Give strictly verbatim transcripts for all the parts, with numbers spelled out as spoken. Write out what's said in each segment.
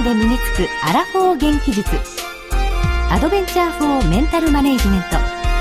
んで身につくアラフォー元気術、アドベンチャーフォーメンタルマネジメント。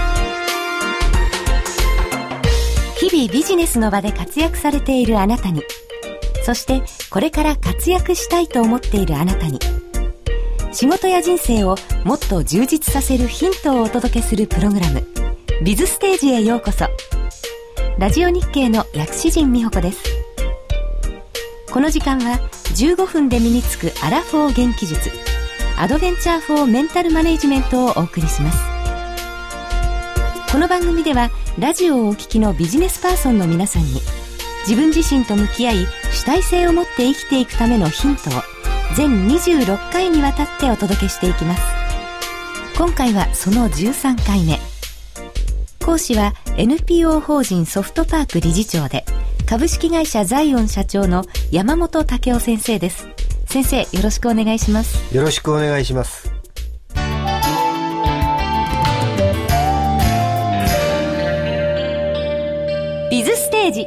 日々ビジネスの場で活躍されているあなたに、そしてこれから活躍したいと思っているあなたに、仕事や人生をもっと充実させるヒントをお届けするプログラム、ビズステージへようこそ。ラジオ日経の薬師陣美穂子です。この時間はじゅうごふんで身につくアラフォー元気術、アドベンチャーフォーメンタルマネジメントをお送りします。この番組ではラジオをお聞きのビジネスパーソンの皆さんに、自分自身と向き合い主体性を持って生きていくためのヒントを全にじゅうろっかいにわたってお届けしていきます。今回はそのじゅうさんかいめ。講師は エヌピーオー 法人ソフトパーク理事長で株式会社ザイオン社長の山本武夫先生です。先生、よろしくお願いします。 よろしくお願いします。 ビズステージ。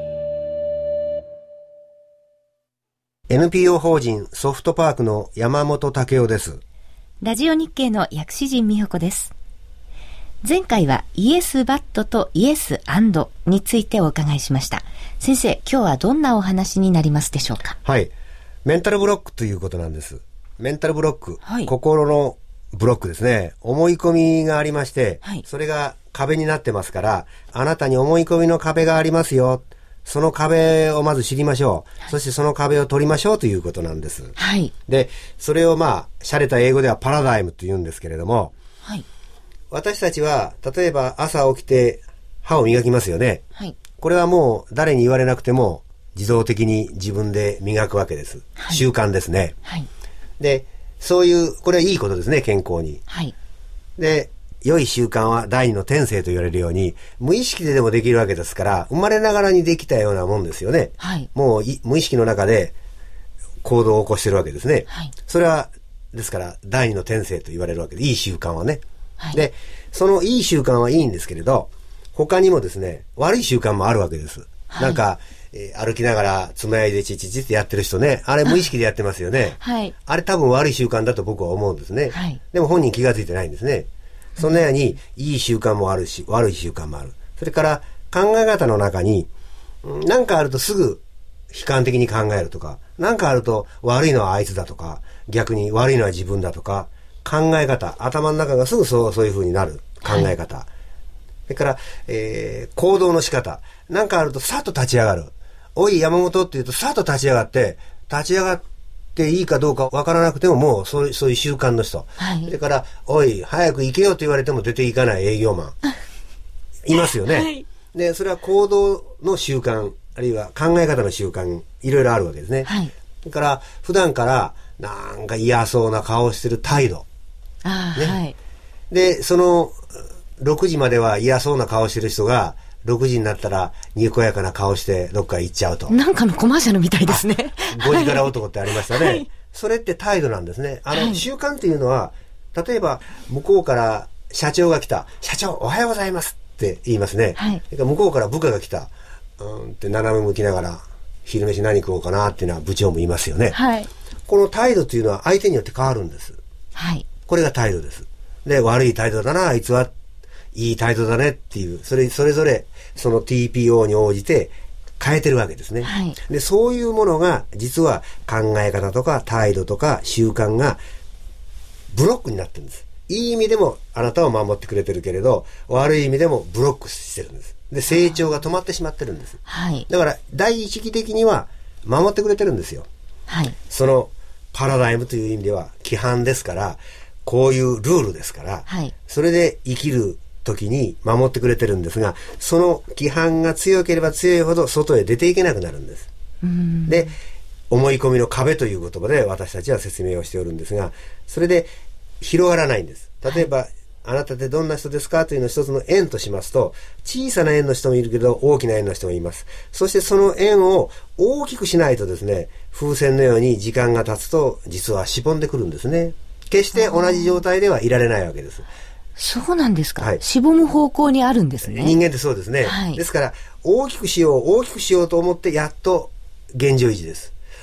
エヌピーオー 法人ソフトパークの山本武夫です。 ラジオ日経の薬師陣美穂子です。前回はイエスバットとイエスアンドについてお伺いしました。先生、今日はどんなお話になりますでしょうか？ はい。メンタルブロックということなんです。メンタルブロック、 はい、 心のブロックですね。思い込みがありまして、 はい、 それが壁になってますから、あなたに思い込みの壁がありますよ。その壁をまず知りましょう。はい、そしてその壁を取りましょうということなんです。 はい。 で、それをまあ、洒落た英語ではパラダイムと言うんですけれども、 はい。 私たちは、例えば朝起きて歯を磨きますよね。 はい。 これはもう誰に言われなくても自動的に自分で磨くわけです。はい、習慣ですね。 はい。で、 そういう、これはいいことですね、健康に。 はい。 で、良い習慣は第二の天性と言われるように、無意識ででもできるわけですから、生まれながらにできたようなもんですよね。 はい。 もう無意識の中で行動を起こしてるわけですね。 はい。 それは、ですから第二の天性と言われるわけで、いい習慣はね。 はい、 で、そのいい習慣はいいんですけれど、他にもですね、悪い習慣もあるわけです。はい、なんか、えー、歩きながらつまやいでチチチってやってる人ね、あれ無意識でやってますよね。 はい。 あれ多分悪い習慣だと僕は思うんですね。 はい。でも本人気がついてないんですね。そのように、いい習慣もあるし、悪い習慣もある。それから考え方の中に、何かあるとすぐ悲観的に考えるとか、何かあると悪いのはあいつだとか、逆に悪いのは自分だとか、考え方、頭の中がすぐそう、そういう風になる考え方。はい、それから、えー、行動の仕方。なんかあるとさっと立ち上がる。おい山本って言うとさっと立ち上がって、立ち上がっていいかどうかわからなくてももうそういう、そういう習慣の人。 はい、 それから、おい早く行けよと言われても出ていかない営業マン。いますよね。はい、で、それは行動の習慣、あるいは考え方の習慣、いろいろあるわけですね。はい、それから、普段からなんか嫌そうな顔をしてる態度。 あね、 はい、 で、そのろくじまでは嫌そうな顔してる人がろくじになったらにこやかな顔してどっか行っちゃうと。 なんかのコマーシャルみたいですね。 ごじから男ってありましたね。はい、それって態度なんですね。あの、はい、習慣っていうのは、例えば向こうから社長が来た。社長おはようございますって言いますね。はい、向こうから部下が来た。うんって斜め向きながら昼飯何食おうかなっていうのは部長も言いますよね。はい、この態度っていうのは相手によって変わるんです。 はい。 これが態度です。で、悪い態度だな、あいつはいい態度だねっていう、それ、それぞれその ティーピーオー に応じて変えてるわけですね。はい、で、そういうものが実は考え方とか態度とか習慣がブロックになってるんです。いい意味でもあなたを守ってくれてるけれど、悪い意味でもブロックしてるんです。で、成長が止まってしまってるんです。はい、だから第一義的には守ってくれてるんですよ。はい、そのパラダイムという意味では規範ですから、こういうルールですから、はい、それで生きる時に守ってくれてるんですが、その規範が強ければ強いほど外へ出ていけなくなるんです。うん、で、思い込みの壁という言葉で私たちは説明をしておるんですが、それで広がらないんです。例えば、はい、あなたってどんな人ですかというのを一つの円としますと、小さな円の人もいるけど大きな円の人もいます。そしてその円を大きくしないとですね、風船のように時間が経つと実はしぼんでくるんですね。決して同じ状態ではいられないわけです。 そうなんですか。はい、しぼむ方向にあるんですね。 人間ってそうですね。はい、ですから大きくしよう大きくしようと思ってやっと現状維持です。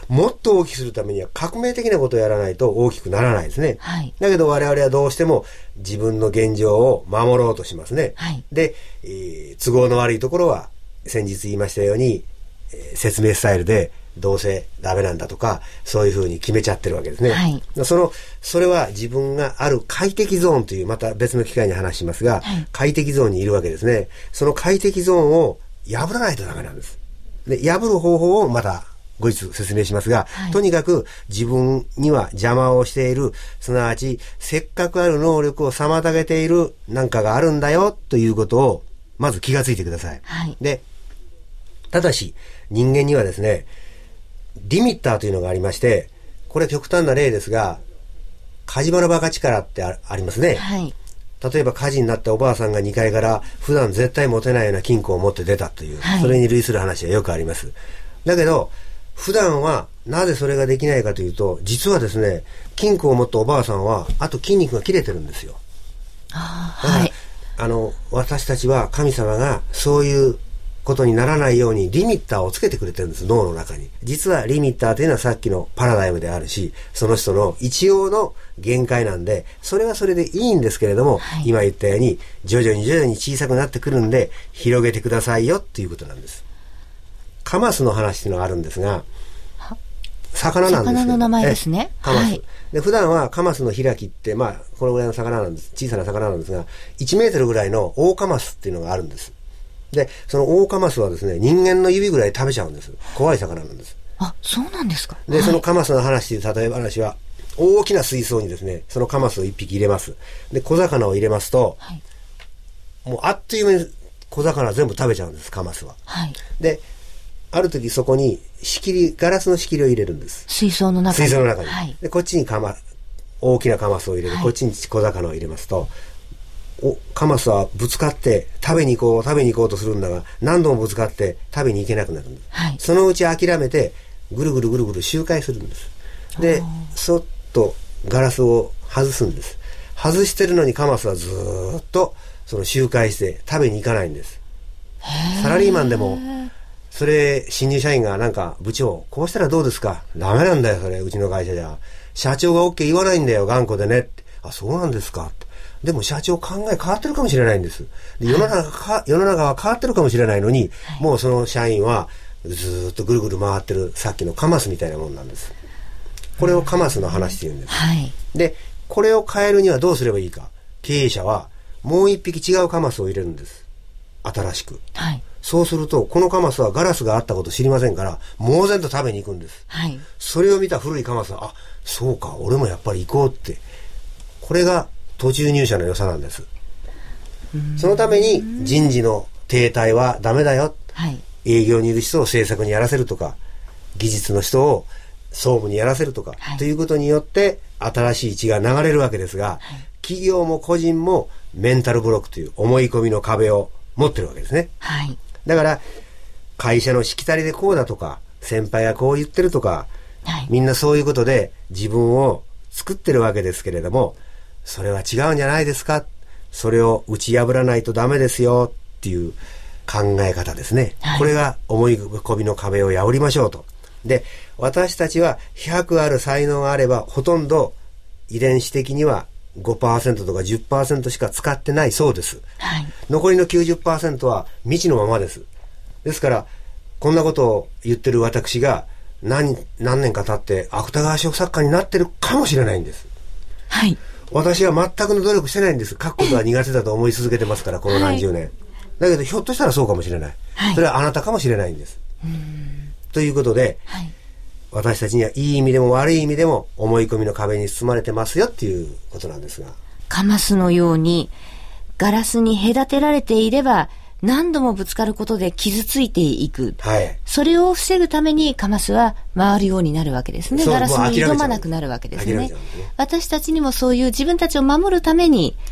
もっと大きくするためには革命的なことをやらないと大きくならないですね。はい、だけど我々はどうしても自分の現状を守ろうとしますね。はい、で、えー、都合の悪いところは先日言いましたように、えー、説明スタイルでどうせダメなんだとかそういうふうに決めちゃってるわけですね。はい、そのそれは自分がある快適ゾーンというまた別の機会に話しますが、はい、快適ゾーンにいるわけですね。その快適ゾーンを破らないとダメなんです。で、破る方法をまた後日説明しますが、はい、とにかく自分には邪魔をしている、すなわちせっかくある能力を妨げている何かがあるんだよということをまず気がついてください。はい、で、ただし人間にはですね、リミッターというのがありまして、これ極端な例ですが、火事場のバカ力って あ, ありますね。はい、例えば火事になったおばあさんがにかいから普段絶対持てないような金庫を持って出たという、はい、それに類する話はよくあります。だけど普段はなぜそれができないかというと、実はですね、金庫を持ったおばあさんはあと筋肉が切れてるんですよ。あ、だから、はい、あの私たちは神様がそういうことにならないようにリミッターをつけてくれてるんです、脳の中に。実はリミッターというのはさっきのパラダイムであるし、その人の一応の限界なんで、それはそれでいいんですけれども、はい、今言ったように徐々に徐々に小さくなってくるんで広げてくださいよっていうことなんです。カマスの話っていうのがあるんですが、魚なんですけど、 魚の名前ですね。 カマス、はい、で普段はカマスの開きってまあこのぐらいの魚なんです。小さな魚なんですが、いちメートルぐらいの大カマスっていうのがあるんです。でその大カマスはですね、人間の指ぐらい食べちゃうんです。怖い魚なんです。 あ、そうなんですか。 で、 はい、 そのカマスの話という例え話は、大きな水槽にですね、そのカマスをいっぴき入れます。で小魚を入れますと、はい、もうあっという間に小魚全部食べちゃうんです、カマスは。はい、である時そこに仕切り、ガラスの仕切りを入れるんです。 水槽の中に。 水槽の中に。はい、でこっちにカマ大きなカマスを入れる、はい、こっちに小魚を入れますと、おカマスはぶつかって食べに行こう食べに行こうとするんだが、何度もぶつかって食べに行けなくなるんです。はい、そのうち諦めてぐるぐるぐるぐる周回するんです。でそっとガラスを外すんです。外してるのにカマスはずーっとその周回して食べに行かないんです。サラリーマンでもそれ新入社員がなんか部長こうしたらどうですか、ダメなんだよそれうちの会社じゃ社長が OK 言わないんだよ頑固でねって。あ、そうなんですかって。でも社長考え変わってるかもしれないんです。で世の中か、世の中は変わってるかもしれないのに、はい、もうその社員はずっとぐるぐる回ってるさっきのカマスみたいなもんなんです。これをカマスの話って言うんです。はい、でこれを変えるにはどうすればいいか。経営者はもう一匹違うカマスを入れるんです、新しく。はい、そうするとこのカマスはガラスがあったこと知りませんから猛然と食べに行くんです。はい、それを見た古いカマスは、あ、そうか俺もやっぱり行こうって。これが途中入社の良さなんです。そのために人事の停滞はダメだよ、はい、営業にいる人を政策にやらせるとか、技術の人を総務にやらせるとか、はい、ということによって新しい血が流れるわけですが、はい、企業も個人もメンタルブロックという思い込みの壁を持ってるわけですね。はい、だから会社のしきたりでこうだとか、先輩がこう言ってるとか、はい、みんなそういうことで自分を作ってるわけですけれども、それは違うんじゃないですか、それを打ち破らないとダメですよっていう考え方ですね。はい、これが思い込みの壁を破りましょうと。で私たちはひゃくある才能があればほとんど遺伝子的には ごパーセント とか じゅっパーセント しか使ってないそうです。はい、残りの きゅうじゅっパーセント は未知のままです。ですからこんなことを言ってる私が何何年か経って芥川賞作家になってるかもしれないんです。はい、私は全くの努力してないんです。書くことは苦手だと思い続けてますからこの何十年、はい、だけどひょっとしたらそうかもしれない、はい、それはあなたかもしれないんです。うーんということで、はい、私たちにはいい意味でも悪い意味でも思い込みの壁に包まれてますよっていうことなんですが、 カマスのようにガラスに隔てられていれば何度もぶつかることで傷ついていく、はい、それを防ぐためにカマスは回るようになるわけですね。ガラスに挑まなくなるわけですね。私たちにもそういう自分たちを守るために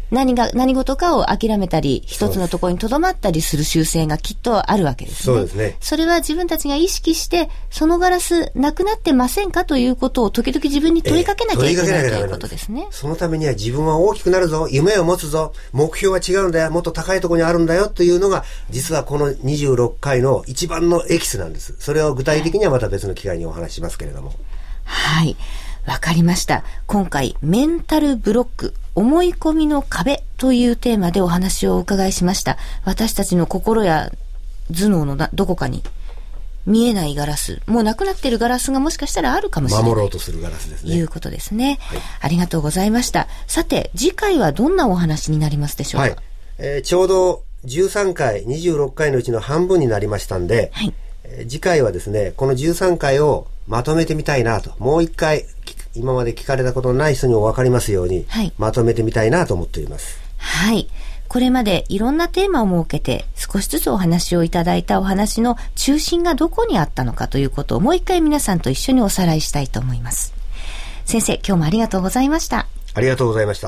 何が、何事かを諦めたり、一つのところに留まったりする習性がきっとあるわけですね。 そうですね。 それは自分たちが意識して、そのガラスなくなってませんかということを時々自分に問いかけなきゃいけない、えー、ということですね。 そのためには自分は大きくなるぞ、夢を持つぞ、目標は違うんだよ、もっと高いところにあるんだよというのが、実はこのにじゅうろっかいの一番のエキスなんです。それを具体的にはまた別の機会にお話ししますけれども。 はい。わかりました。今回、メンタルブロック、思い込みの壁というテーマでお話をお伺いしました。私たちの心や頭脳のどこかに見えないガラス、もうなくなっているガラスがもしかしたらあるかもしれない。 守ろうとするガラスですね。 いうことですね。 はい、 ありがとうございました。さて、次回はどんなお話になりますでしょうか。 はい。えー、ちょうどじゅうさんかい、にじゅうろっかいのうちの半分になりましたんで、はい、えー、次回はですね、このじゅうさんかいをまとめてみたいなと、もう一回今まで聞かれたことのない人にも分かりますように、はい、まとめてみたいなと思っています。 はい。これまでいろんなテーマを設けて少しずつお話をいただいたお話の中心がどこにあったのかということをもう一回皆さんと一緒におさらいしたいと思います。先生、今日もありがとうございました。 ありがとうございました。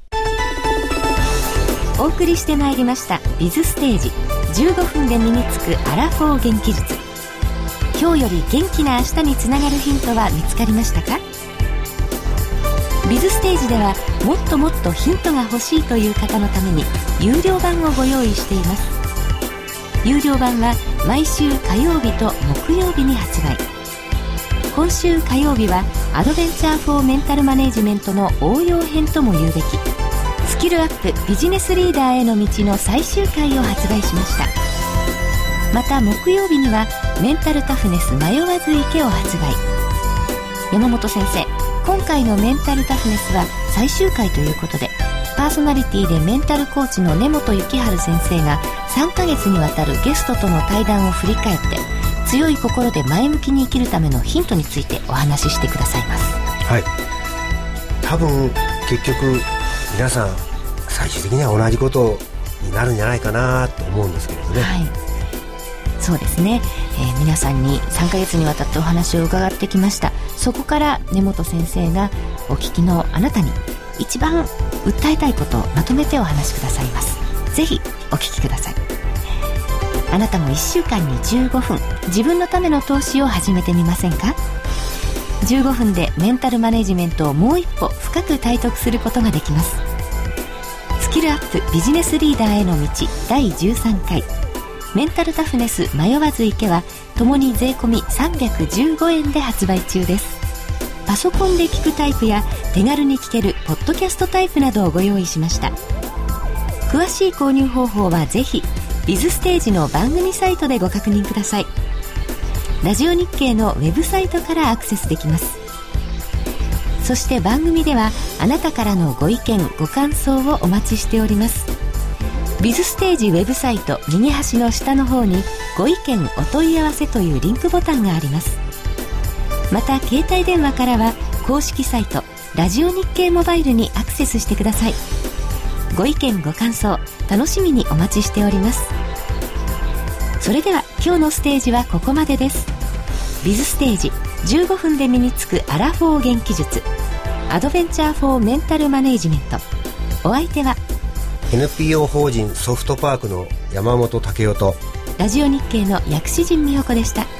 お送りしてまいりましたビズステージ、じゅうごふんで身につくアラフォー元気術。今日より元気な明日につながるヒントは見つかりましたか？ビズステージではもっともっとヒントが欲しいという方のために有料版をご用意しています。有料版は毎週火曜日と木曜日に発売。今週火曜日はアドベンチャーフォーメンタルマネジメントの応用編とも言うべきスキルアップビジネスリーダーへの道の最終回を発売しました。また木曜日にはメンタルタフネス迷わず行けを発売。山本先生、今回のメンタルタフネスは最終回ということで、パーソナリティでメンタルコーチの根本幸春先生がさんかげつにわたるゲストとの対談を振り返って、強い心で前向きに生きるためのヒントについてお話ししてくださいます。 はい。多分結局皆さん最終的には同じことになるんじゃないかなと思うんですけれどね。 はい。そうですね、えー、皆さんにさんかげつにわたってお話を伺ってきました。そこから根本先生がお聞きのあなたに一番訴えたいことをまとめてお話しくださいます。ぜひお聞きください。あなたもいっしゅうかんにじゅうごふん、自分のための投資を始めてみませんか？じゅうごふんでメンタルマネジメントをもう一歩深く体得することができます。スキルアップビジネスリーダーへの道だいじゅうさんかい、メンタルタフネス迷わず行けはともに税込みさんびゃくじゅうごえんで発売中です。パソコンで聞くタイプや手軽に聞けるポッドキャストタイプなどをご用意しました。詳しい購入方法はぜひビズステージの番組サイトでご確認ください。ラジオ日経のウェブサイトからアクセスできます。そして番組ではあなたからのご意見ご感想をお待ちしております。ビズステージウェブサイト右端の下の方にご意見お問い合わせというリンクボタンがあります。また携帯電話からは公式サイトラジオ日経モバイルにアクセスしてください。ご意見ご感想楽しみにお待ちしております。それでは今日のステージはここまでです。ビズステージじゅうごふんで身につくアラフォー元気術、アドベンチャーフォーメンタルマネジメント。お相手はエヌピーオー 法人ソフトパークの山本武夫とラジオ日経の薬師陣美穂子でした。